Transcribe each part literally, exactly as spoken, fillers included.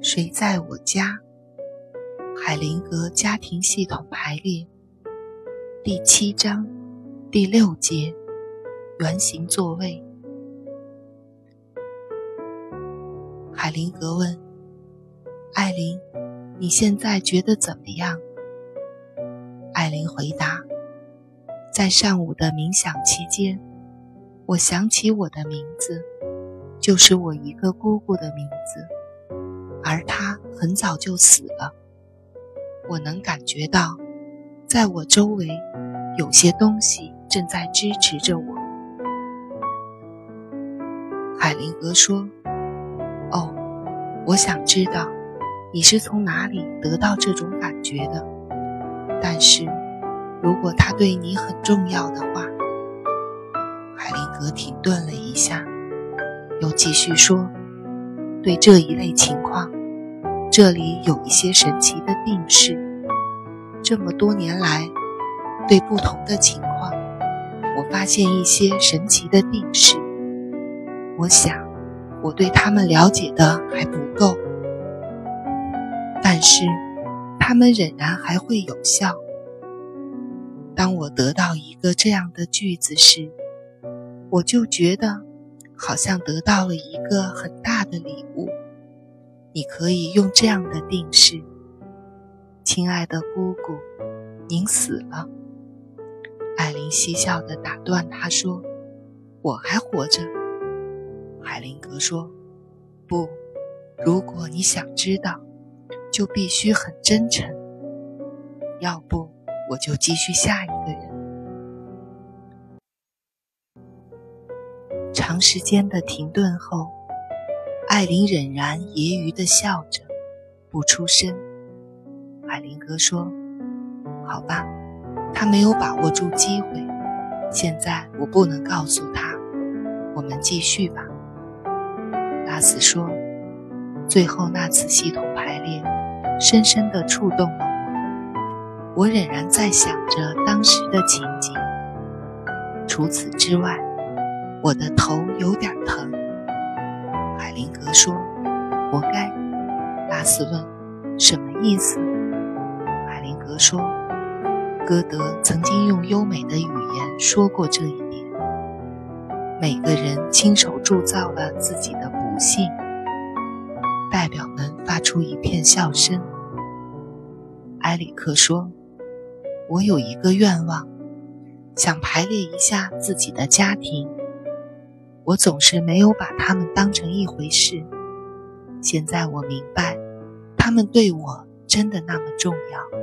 谁在我家？海灵格家庭系统排列第七章第六节，圆形座位。海灵格问艾琳，你现在觉得怎么样？艾琳回答，在上午的冥想期间，我想起我的名字，就是我一个姑姑的名字，而她很早就死了。我能感觉到，在我周围有些东西正在支持着我。海灵格说，哦，我想知道你是从哪里得到这种感觉的，但是如果它对你很重要的话。海灵格停顿了一下，又继续说，对这一类情况，这里有一些神奇的定式。这么多年来，对不同的情况，我发现一些神奇的定式。我想，我对他们了解的还不够，但是他们仍然还会有效。当我得到一个这样的句子时，我就觉得好像得到了一个很大的礼物。你可以用这样的定式，亲爱的姑姑，您死了。艾琳嬉笑地打断他说，我还活着。海灵格说，不，如果你想知道，就必须很真诚，要不我就继续下一个人。长时间的停顿后，艾琳仍然揶揄地笑着，不出声。海灵格说，好吧，他没有把握住机会，现在我不能告诉他，我们继续吧。拉斯说，最后那次系统排列深深地触动了我，我仍然在想着当时的情景。除此之外，我的头有点疼。海灵格说，活该。拉斯问，什么意思？海灵格说，歌德曾经用优美的语言说过这一点。每个人亲手铸造了自己的不幸。代表们发出一片笑声。埃里克说，我有一个愿望，想排列一下自己的家庭。我总是没有把他们当成一回事，现在我明白，他们对我真的那么重要。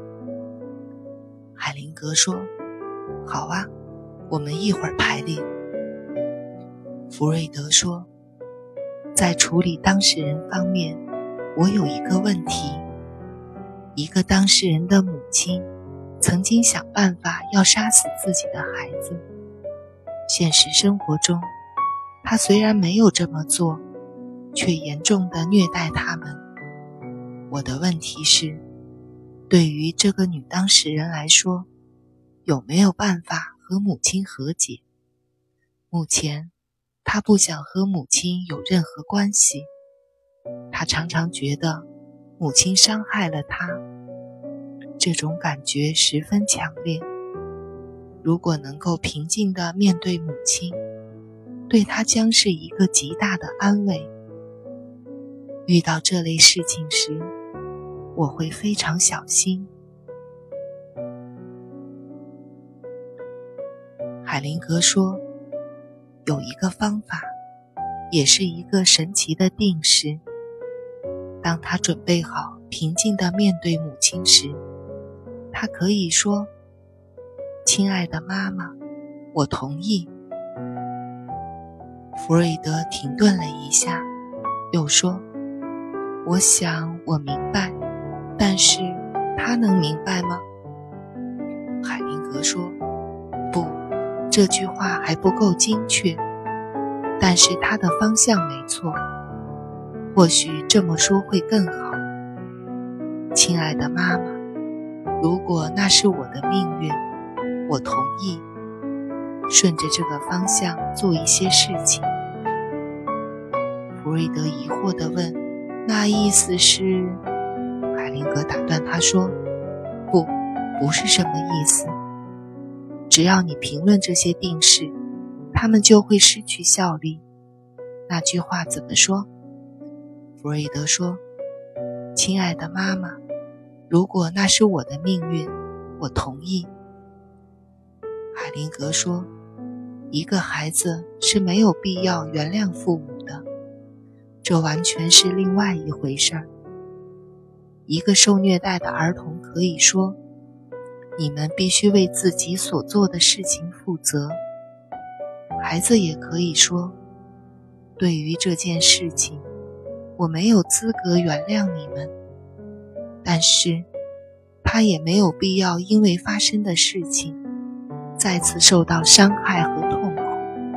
海灵格说，好啊，我们一会儿排列。福瑞德说，在处理当事人方面，我有一个问题。一个当事人的母亲曾经想办法要杀死自己的孩子。现实生活中，他虽然没有这么做，却严重地虐待他们。我的问题是，对于这个女当事人来说，有没有办法和母亲和解？目前，她不想和母亲有任何关系。她常常觉得母亲伤害了她，这种感觉十分强烈。如果能够平静地面对母亲，对她将是一个极大的安慰。遇到这类事情时，我会非常小心。海灵格说，有一个方法，也是一个神奇的定式。当他准备好平静地面对母亲时，他可以说，亲爱的妈妈，我同意。弗瑞德停顿了一下，又说，我想我明白，但是他能明白吗？海灵格说，不，这句话还不够精确，但是他的方向没错，或许这么说会更好。亲爱的妈妈，如果那是我的命运，我同意顺着这个方向做一些事情。弗瑞德疑惑地问， 那意思是……海灵格打断他说，不，不是什么意思。只要你评论这些定式，它们就会失去效力。那句话怎么说？弗瑞德说，亲爱的妈妈，如果那是我的命运，我同意。海灵格说，一个孩子是没有必要原谅父母的，这完全是另外一回事儿。一个受虐待的儿童可以说，你们必须为自己所做的事情负责。孩子也可以说，对于这件事情，我没有资格原谅你们，但是他也没有必要因为发生的事情再次受到伤害和痛苦。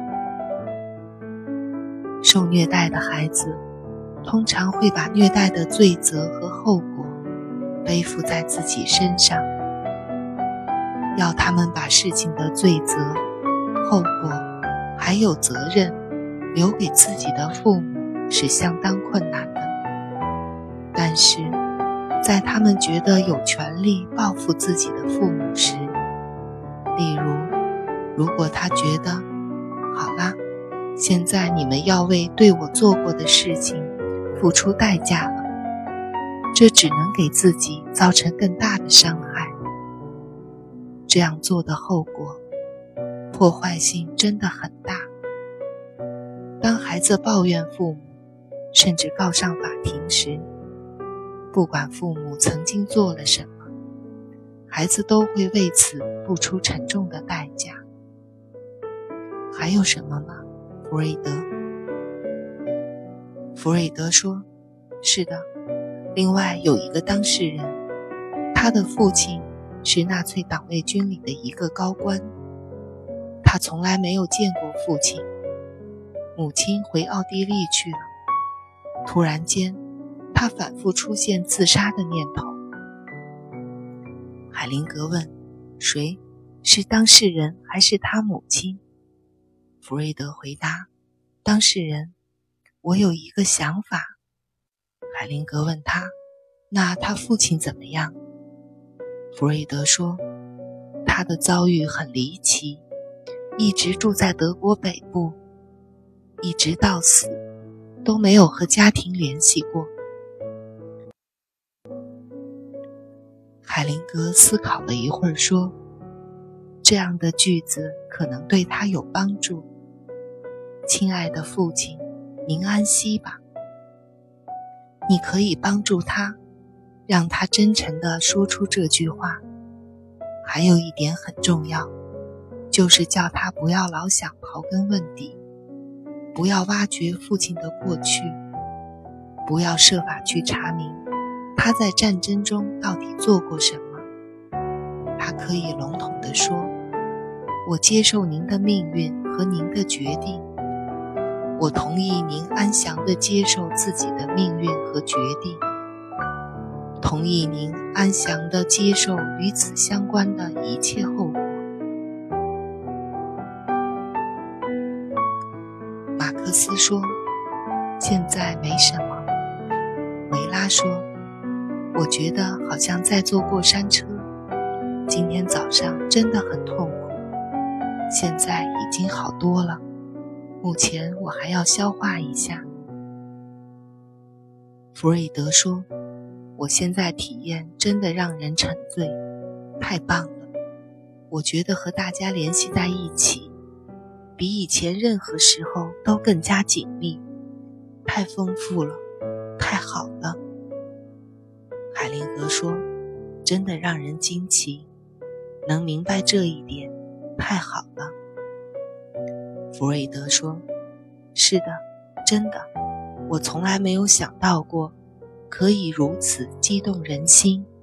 受虐待的孩子通常会把虐待的罪责和后果背负在自己身上，要他们把事情的罪责、后果还有责任留给自己的父母是相当困难的。但是在他们觉得有权利报复自己的父母时，例如如果他觉得，好啦，现在你们要为对我做过的事情付出代价了，这只能给自己造成更大的伤害。这样做的后果破坏性真的很大。当孩子抱怨父母，甚至告上法庭时，不管父母曾经做了什么，孩子都会为此付出沉重的代价。还有什么吗？弗瑞德。弗瑞德说，是的，另外有一个当事人，他的父亲是纳粹党卫军里的一个高官，他从来没有见过父亲。母亲回奥地利去了，突然间他反复出现自杀的念头。海灵格问，谁？是当事人还是他母亲？弗瑞德回答，当事人。我有一个想法。海灵格问他，那他父亲怎么样？弗瑞德说，他的遭遇很离奇，一直住在德国北部，一直到死都没有和家庭联系过。海灵格思考了一会儿说，这样的句子可能对他有帮助。亲爱的父亲，您安息吧。你可以帮助他，让他真诚地说出这句话。还有一点很重要，就是叫他不要老想刨根问底，不要挖掘父亲的过去，不要设法去查明他在战争中到底做过什么。他可以笼统地说，我接受您的命运和您的决定，我同意您安详地接受自己的命运和决定，同意您安详地接受与此相关的一切后果。马克思说，现在没什么。维拉说，我觉得好像在坐过山车，今天早上真的很痛苦，现在已经好多了，目前我还要消化一下。弗瑞德说，我现在体验真的让人沉醉，太棒了，我觉得和大家联系在一起，比以前任何时候都更加紧密，太丰富了，太好了。海灵格说，真的让人惊奇，能明白这一点，太好了。弗瑞德说，是的，真的，我从来没有想到过可以如此激动人心。